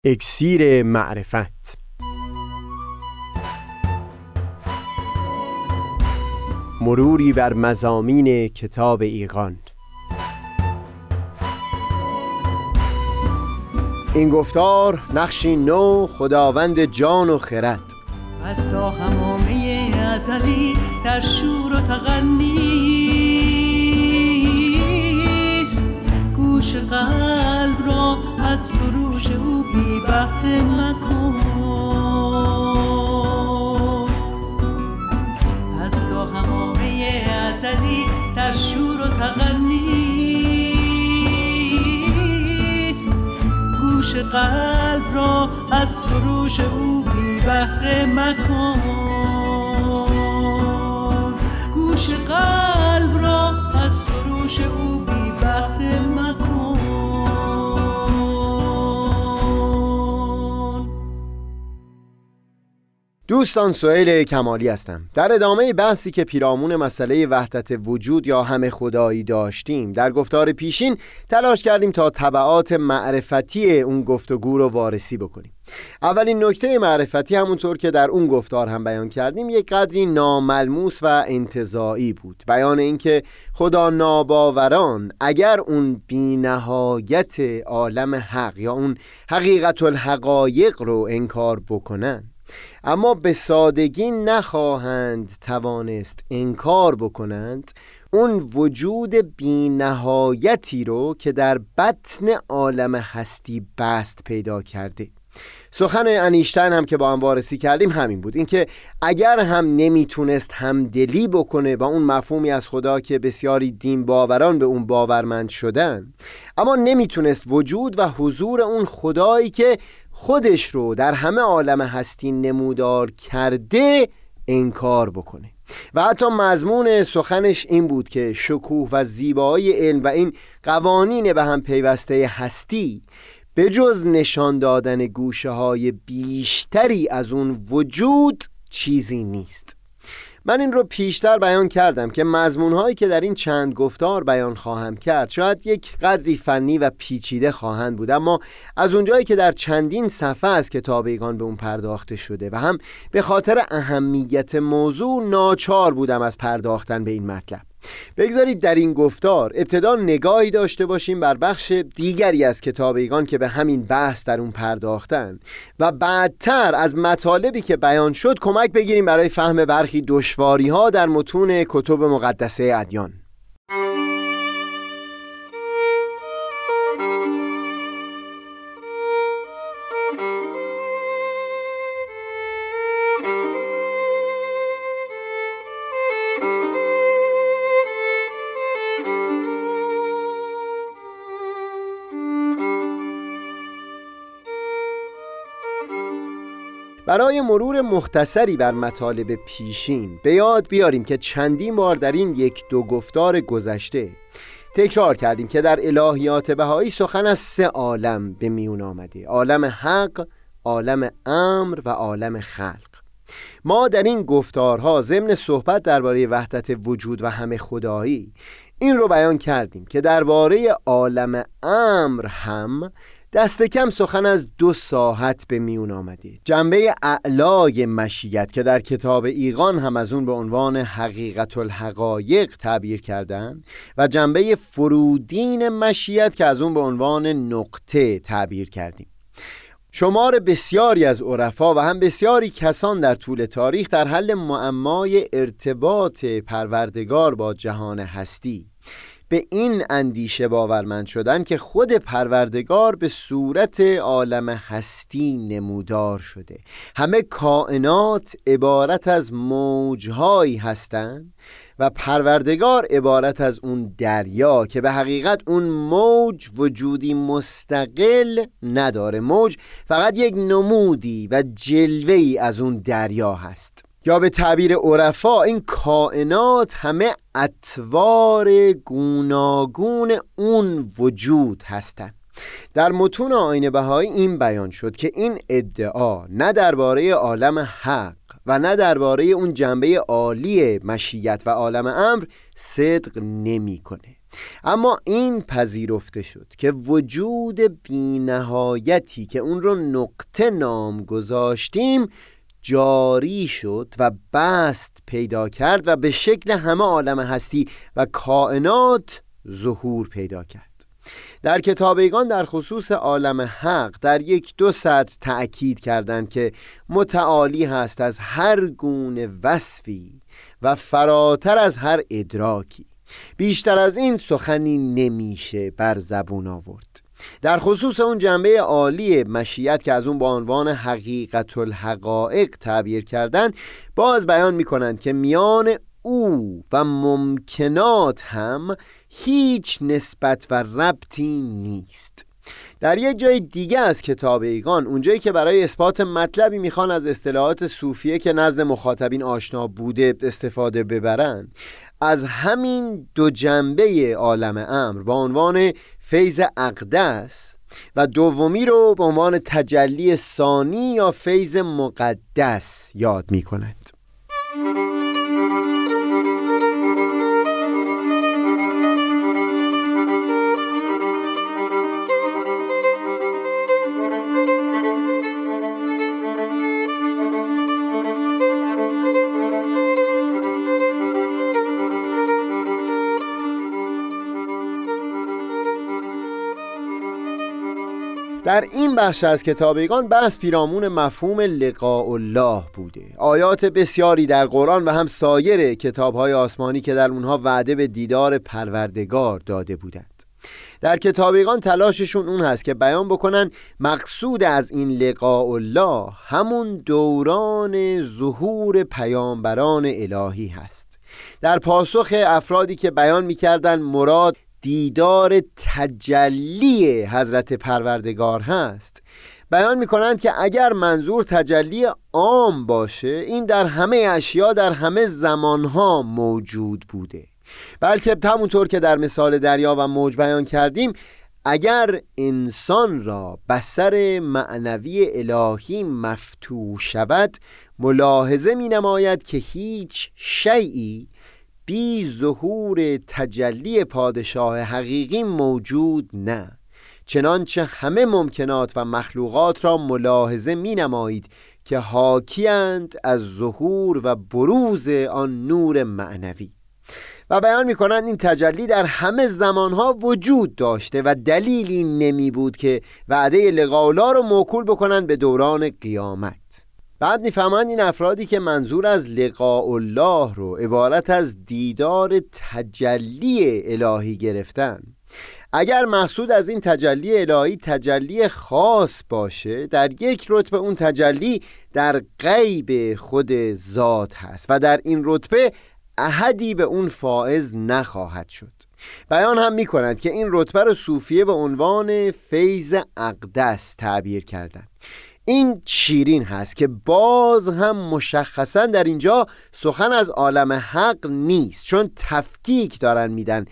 اکسیر معرفت. مروری بر مضامین کتاب ایقان. این گفتار نقشی نو خداوند جان و خرد از تا همامه ازلی در شور و تغنیست. گوش قلب را از سروش او بی بهره مکن. از تا همامه ازلی در شور و تغنیست. گوش قلب را از سروش او بی بهره مکن. گوش قلب را از سروش او بی بهره مکن. دوستان، سهیل کمالی هستم. در ادامه بحثی که پیرامون مسئله وحدت وجود یا همه خدایی داشتیم، در گفتار پیشین تلاش کردیم تا تبعات معرفتی اون گفتگو رو وارسی بکنیم. اولین نکته معرفتی، همونطور که در اون گفتار هم بیان کردیم، یک قدری ناملموس و انتزاعی بود. بیان اینکه خدا ناباوران اگر اون بی‌نهایت عالم حق یا اون حقیقت الحقایق رو انکار بکنن، اما به سادگی نخواهند توانست انکار بکنند اون وجود بی‌نهایتی رو که در بطن عالم هستی بست پیدا کرده. سخن انیشتین هم که با هم وارسی کردیم همین بود، اینکه اگر هم نمیتونست همدلی بکنه با اون مفهومی از خدا که بسیاری دین باوران به اون باورمند شدن، اما نمیتونست وجود و حضور اون خدایی که خودش رو در همه عالم هستی نمودار کرده انکار بکنه. و حتی مضمون سخنش این بود که شکوه و زیبایی علم و این قوانین به هم پیوسته هستی به جز نشان دادن گوشه های بیشتری از اون وجود چیزی نیست. من این رو پیشتر بیان کردم که مضمون‌هایی که در این چند گفتار بیان خواهم کرد شاید یک قدری فنی و پیچیده خواهند بود، اما از اونجایی که در چندین صفحه از کتاب ایقان به اون پرداخته شده و هم به خاطر اهمیت موضوع ناچار بودم از پرداختن به این مطلب. بگذارید در این گفتار ابتدا نگاهی داشته باشیم بر بخش دیگری از کتاب ایقان که به همین بحث در اون پرداختن و بعدتر از مطالبی که بیان شد کمک بگیریم برای فهم برخی دشواری‌ها در متون کتب مقدسه ادیان. برای مرور مختصری بر مطالب پیشین به یاد بیاریم که چندین بار در این یک دو گفتار گذشته تکرار کردیم که در الهیات بهایی سخن از 3 عالم به میون آمده: عالم حق، عالم امر و عالم خلق. ما در این گفتارها ضمن صحبت درباره وحدت وجود و همه خدایی این رو بیان کردیم که درباره عالم امر هم دست کم سخن از 2 ساحت به میون آمده: جنبه اعلای مشیت که در کتاب ایقان هم از اون به عنوان حقیقت الحقایق تعبیر کردن و جنبه فرودین مشیت که از اون به عنوان نقطه تعبیر کردیم. شمار بسیاری از عرفا و هم بسیاری کسان در طول تاریخ در حل معمای ارتباط پروردگار با جهان هستی به این اندیشه باورمند شدن که خود پروردگار به صورت عالم هستی نمودار شده. همه کائنات عبارت از موجهایی هستند و پروردگار عبارت از اون دریا که به حقیقت اون موج وجودی مستقل نداره. موج فقط یک نمودی و جلوه‌ای از اون دریا هست. یا به تعبیر عرفا این کائنات همه اطوار گوناگون اون وجود هستند. در متون آیین بهایی این بیان شد که این ادعا نه درباره عالم حق و نه درباره اون جنبه عالی مشیت و عالم امر صدق نمی‌کنه. اما این پذیرفته شد که وجود بی‌نهایتی که اون رو نقطه نام گذاشتیم جاری شد و بست پیدا کرد و به شکل همه عالم هستی و کائنات ظهور پیدا کرد. در کتابیگان در خصوص عالم حق در 1-2 سطر تأکید کردند که متعالی هست از هر گونه وصفی و فراتر از هر ادراکی. بیشتر از این سخنی نمیشه بر زبون آورد. در خصوص اون جنبه عالی مشیت که از اون با عنوان حقیقت الحقائق تعبیر کردن، باز بیان میکنند که میان او و ممکنات هم هیچ نسبت و ربطی نیست. در یک جای دیگه از کتابیگان، اونجایی که برای اثبات مطلبی میخوان از اصطلاحات صوفیه که نزد مخاطبین آشنا بوده استفاده ببرن، از همین دو جنبه عالم امر با عنوان فیض اقدس و دومی رو به عنوان تجلی ثانی یا فیض مقدس یاد میکنند. در این بخش از کتابیگان بحث پیرامون مفهوم لقاء الله بوده. آیات بسیاری در قرآن و هم سایر کتاب‌های آسمانی که در اونها وعده به دیدار پروردگار داده بودند. در کتابیگان تلاششون اون هست که بیان بکنن مقصود از این لقاء الله همون دوران ظهور پیامبران الهی هست. در پاسخ افرادی که بیان می‌کردن مراد دیدار تجلی حضرت پروردگار هست، بیان میکنند که اگر منظور تجلی عام باشه، این در همه اشیا در همه زمانها موجود بوده، بلکه همونطور که در مثال دریا و موج بیان کردیم، اگر انسان را بصر معنوی الهی مفتوح شود، ملاحظه می نماید که هیچ شیئی بی ظهور تجلی پادشاه حقیقی موجود نه، چنانچه همه ممکنات و مخلوقات را ملاحظه می نمایید که حاکیند از ظهور و بروز آن نور معنوی. و بیان می کنند این تجلی در همه زمانها وجود داشته و دلیلی نمی بود که وعده لقاء الله رو موکول بکنند به دوران قیامت. بعد میفهمند این افرادی که منظور از لقاء الله رو عبارت از دیدار تجلی الهی گرفتن، اگر مقصود از این تجلی الهی تجلی خاص باشه، در یک رتبه اون تجلی در غیب خود ذات هست و در این رتبه احدی به اون فائز نخواهد شد. بیان هم میکنند که این رتبه رو صوفیه به عنوان فیض اقدس تعبیر کردند. این شیرین هست که باز هم مشخصا در اینجا سخن از عالم حق نیست، چون تفکیک دارن میدن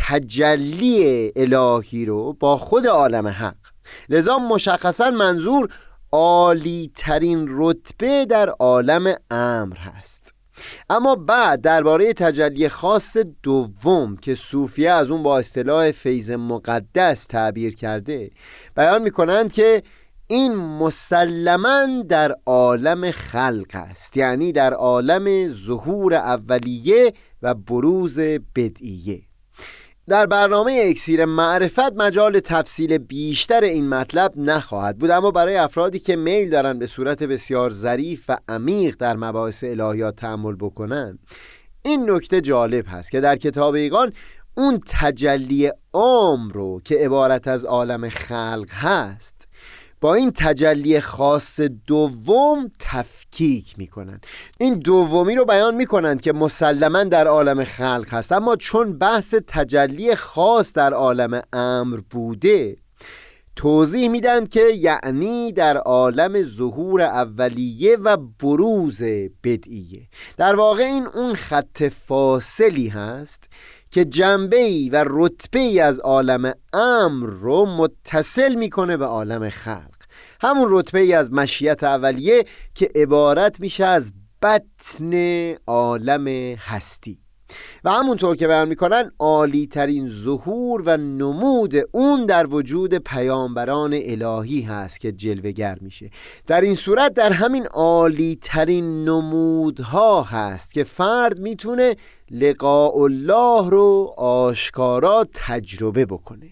تجلی الهی رو با خود عالم حق. لذا مشخصا منظور عالی ترین رتبه در عالم امر هست. اما بعد درباره تجلی خاص دوم که صوفیه از اون با اصطلاح فیض مقدس تعبیر کرده، بیان میکنند که این مسلماً در عالم خلق است، یعنی در عالم ظهور اولیه و بروز بدیه. در برنامه اکسیر معرفت مجال تفصیل بیشتر این مطلب نخواهد بود، اما برای افرادی که میل دارن به صورت بسیار ظریف و عمیق در مباحث الهیات تأمل بکنن، این نکته جالب هست که در کتابیگان اون تجلی عام رو که عبارت از عالم خلق هست با این تجلی خاص دوم تفکیک میکنن. این دومی رو بیان میکنن که مسلماً در عالم خلق هست، اما چون بحث تجلی خاص در عالم امر بوده، توضیح میدن که یعنی در عالم ظهور اولیه و بروز بدیه. در واقع این اون خط فاصلی هست که جنبه‌ای و رتبه‌ای از عالم امر رو متصل میکنه به عالم خلق، همون رتبه‌ای از مشیت اولیه که عبارت میشه از بطن عالم هستی. و همونطور که بیان میکنن عالی ترین ظهور و نمود اون در وجود پیامبران الهی هست که جلوه‌گر میشه. در این صورت در همین عالی ترین نمودها هست که فرد میتونه لقاء الله رو آشکارا تجربه بکنه.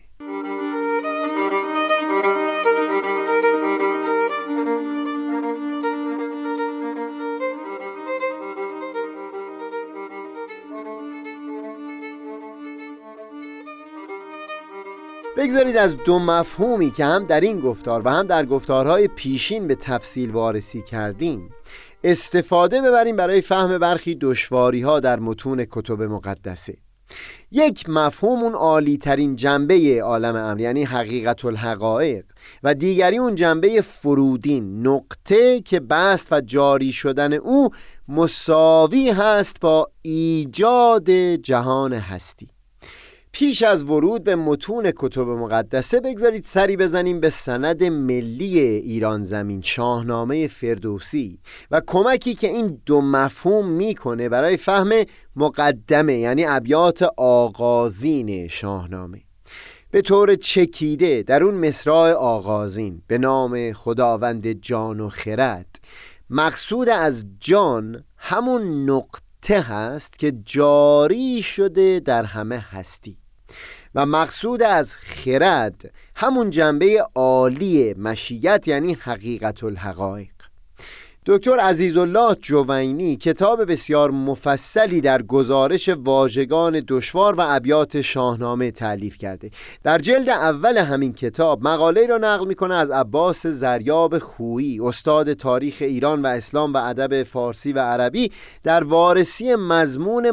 بگذارید از دو مفهومی که هم در این گفتار و هم در گفتارهای پیشین به تفصیل وارسی کردیم استفاده ببریم برای فهم برخی دشواری‌ها در متون کتب مقدسه. یک مفهوم اون عالی ترین جنبه عالم امر، یعنی حقیقت الحقایق، و دیگری اون جنبه فرودین، نقطه که بست و جاری شدن او مساوی هست با ایجاد جهان هستی. پیش از ورود به متون کتب مقدسه بگذارید سری بزنیم به سند ملی ایران زمین، شاهنامه فردوسی، و کمکی که این دو مفهوم میکنه برای فهم مقدمه، یعنی ابیات آغازین شاهنامه. به طور چکیده در اون مصرع آغازین به نام خداوند جان و خرد، مقصود از جان همون نقطه هست که جاری شده در همه هستی و مقصود از خرد همون جنبه عالی مشیت، یعنی حقیقت الحقایق. دکتر عزیزالله جوینی کتاب بسیار مفصلی در گزارش واژگان دشوار و ابیات شاهنامه تألیف کرده. در جلد اول همین کتاب مقاله را نقل میکنه از عباس زریاب خویی، استاد تاریخ ایران و اسلام و ادب فارسی و عربی، در وارسی مضمون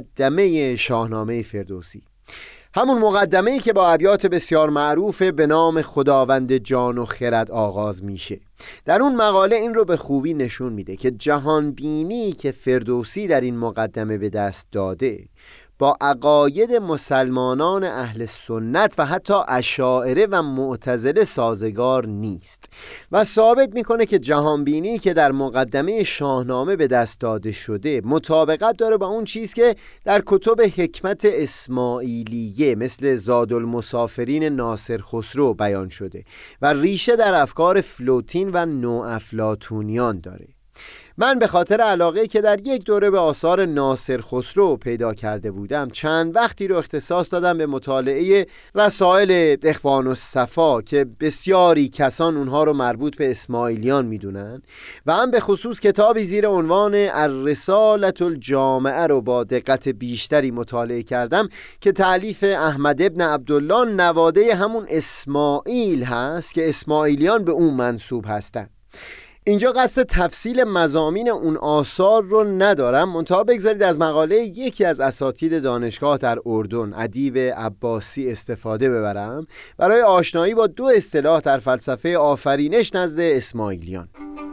مقدمه شاهنامه فردوسی، همون مقدمه‌ای که با ابیات بسیار معروف به نام خداوند جان و خرد آغاز میشه. در اون مقاله این رو به خوبی نشون میده که جهان بینی که فردوسی در این مقدمه به دست داده با عقاید مسلمانان اهل سنت و حتی اشاعره و معتزله سازگار نیست و ثابت میکنه که جهان بینی که در مقدمه شاهنامه به دست داده شده مطابقت داره با اون چیز که در کتب حکمت اسماعیلیه مثل زادالمسافرین ناصر خسرو بیان شده و ریشه در افکار فلوتین و نوافلاطونیان داره. من به خاطر علاقه که در یک دوره به آثار ناصر خسرو پیدا کرده بودم چند وقتی رو اختصاص دادم به مطالعه رسائل اخوان الصفا که بسیاری کسان اونها رو مربوط به اسماعیلیان میدونن و هم به خصوص کتابی زیر عنوان الرسالة الجامعه رو با دقت بیشتری مطالعه کردم که تألیف احمد ابن عبدالله، نواده همون اسماعیل هست که اسماعیلیان به اون منسوب هستن. اینجا قصد تفصیل مضامین اون آثار رو ندارم، منتها بگذارید از مقاله یکی از اساتید دانشگاه در اردن، ادیب عباسی، استفاده ببرم برای آشنایی با دو اصطلاح در فلسفه آفرینش نزد اسماعیلیان.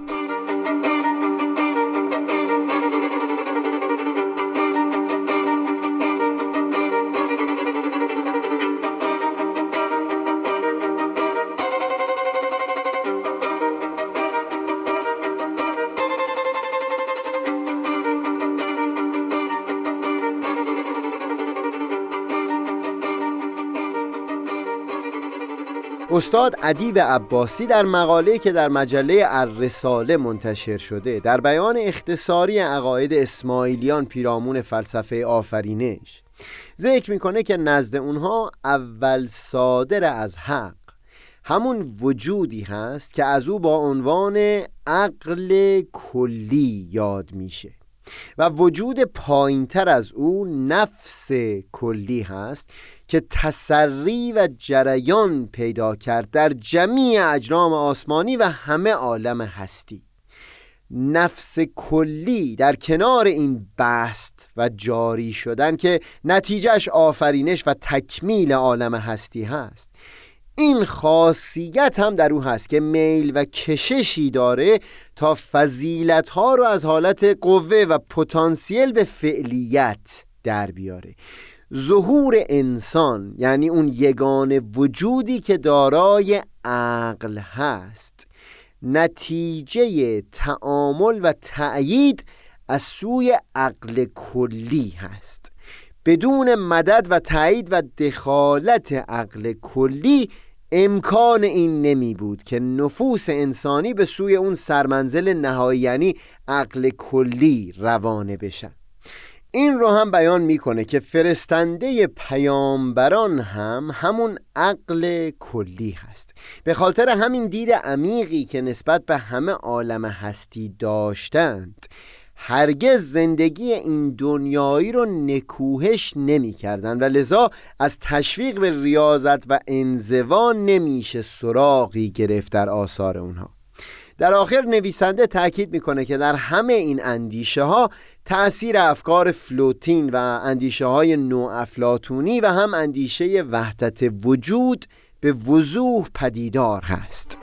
استاد ادیب عباسی در مقاله که در مجله الرساله منتشر شده در بیان اختصاری عقاید اسماعیلیان پیرامون فلسفه آفرینش ذکر میکنه که نزد اونها اول صادر از حق همون وجودی هست که از او با عنوان عقل کلی یاد میشه و وجود پایینتر از او نفس کلی هست که تسری و جریان پیدا کرد در جمیع اجرام آسمانی و همه عالم هستی. نفس کلی در کنار این بست و جاری شدن که نتیجهش آفرینش و تکمیل عالم هستی هست، این خاصیت هم در او هست که میل و کششی داره تا فضیلت‌ها رو از حالت قوه و پتانسیل به فعلیت در بیاره. ظهور انسان یعنی اون یگانه وجودی که دارای عقل هست، نتیجه تعامل و تأیید از سوی عقل کلی هست بدون مدد و تایید و دخالت عقل کلی امکان این نمی بود که نفوس انسانی به سوی اون سرمنزل نهایی یعنی عقل کلی روانه بشن. این رو هم بیان میکنه که فرستنده پیامبران هم همون عقل کلی هست. به خاطر همین دید عمیقی که نسبت به همه عالم هستی داشتند، هرگز زندگی این دنیایی رو نکوهش نمی کردن و لذا از تشویق به ریاضت و انزوا نمیشه سراغی گرفت در آثار اونها. در آخر نویسنده تأکید میکنه که در همه این اندیشه ها تأثیر افکار فلوتین و اندیشه های نوافلاطونی و هم اندیشه وحدت وجود به وضوح پدیدار هست.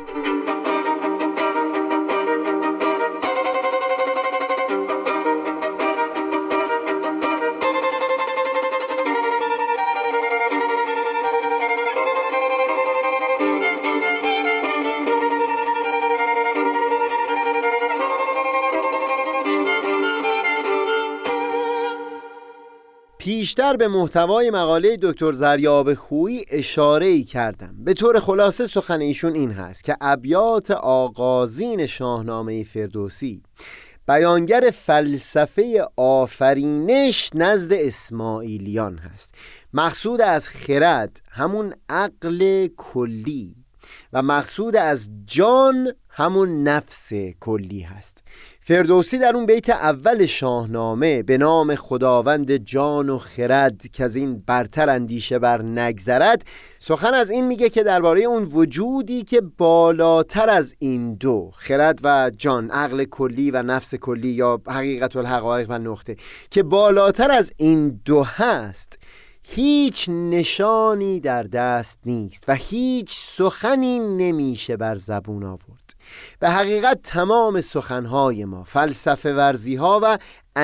پیشتر به محتوای مقاله دکتر ضریاب خویی اشاره‌ای کردم. به طور خلاصه سخن ایشون این هست که ابیات آغازین شاهنامه فردوسی بیانگر فلسفه آفرینش نزد اسماعیلیان هست. مقصود از خرد همون عقل کلی و مقصود از جان همون نفس کلی هست. فردوسی در اون بیت اول شاهنامه به نام خداوند جان و خرد که از این برتر اندیشه بر نگذرد سخن از این میگه که درباره اون وجودی که بالاتر از این دو، خرد و جان، عقل کلی و نفس کلی یا حقیقت الحقایق و نقطه، که بالاتر از این دو هست، هیچ نشانی در دست نیست و هیچ سخنی نمیشه بر زبون آورد. به حقیقت تمام سخنهای ما، فلسفه ورزیها و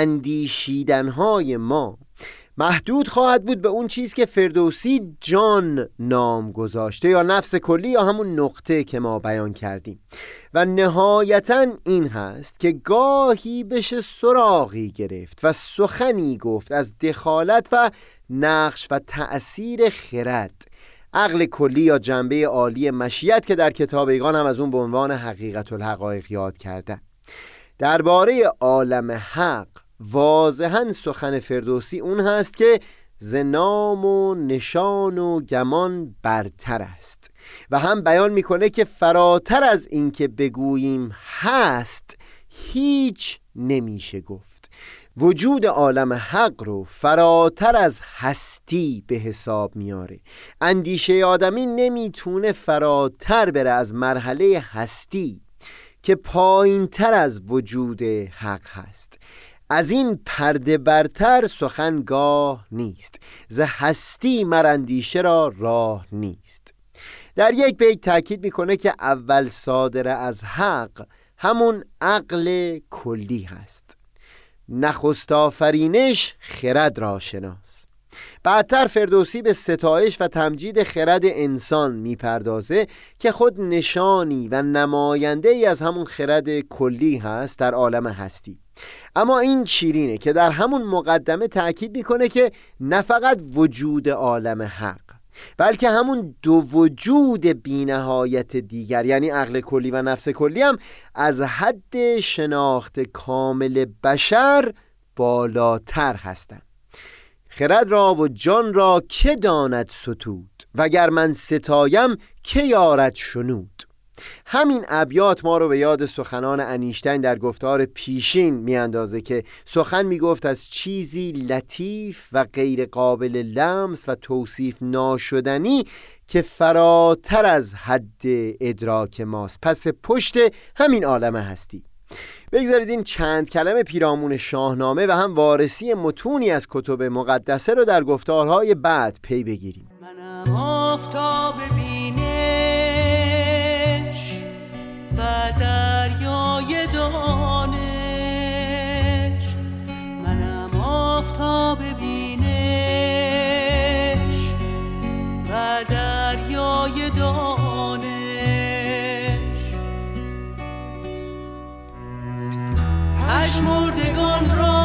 اندیشیدنهای ما محدود خواهد بود به اون چیز که فردوسی جان نام گذاشته یا نفس کلی یا همون نقطه که ما بیان کردیم. و نهایتاً این هست که گاهی بشه سراغی گرفت و سخنی گفت از دخالت و نقش و تأثیر خرد، عقل کلی یا جنبه عالی مشیت که در کتابیگان هم از اون به عنوان حقیقت الحقایق یاد کردن. درباره عالم حق واضحاً سخن فردوسی اون هست که ز نام و نشان و گمان برتر است و هم بیان میکنه که فراتر از این که بگوییم هست هیچ نمیشه گفت. وجود عالم حق رو فراتر از هستی به حساب میاره. اندیشه آدمی نمیتونه فراتر بره از مرحله هستی که پایین تر از وجود حق هست. از این پرده برتر سخنگاه نیست، ز هستی مر اندیشه را راه نیست. در یک بیت تاکید میکنه که اول صادره از حق همون عقل کلی هست. نخست آفرینش خرد را شناس. بعدتر فردوسی به ستایش و تمجید خرد انسان میپردازه که خود نشانی و نماینده ای از همون خرد کلی هست در عالم هستی. اما این شیرینه که در همون مقدمه تأکید میکنه که نه فقط وجود عالم حق بلکه همون دو وجود بی‌نهایت دیگر یعنی عقل کلی و نفس کلی هم از حد شناخت کامل بشر بالاتر هستند. خرد را و جان را که داند ستود وگر من ستایم که یارد شنود. همین ابیات ما رو به یاد سخنان انیشتین در گفتار پیشین میاندازه که سخن میگفت از چیزی لطیف و غیر قابل لمس و توصیف ناشدنی که فراتر از حد ادراک ماست، پس پشت همین عالم هستی. بگذارید این چند کلمه پیرامون شاهنامه و هم وارثی متونی از کتب مقدسه رو در گفتارهای بعد پی بگیریم. منم آفتاب بینش و دریای دانش، منم آفتاب بینش و دریای دانش. پژمردگان را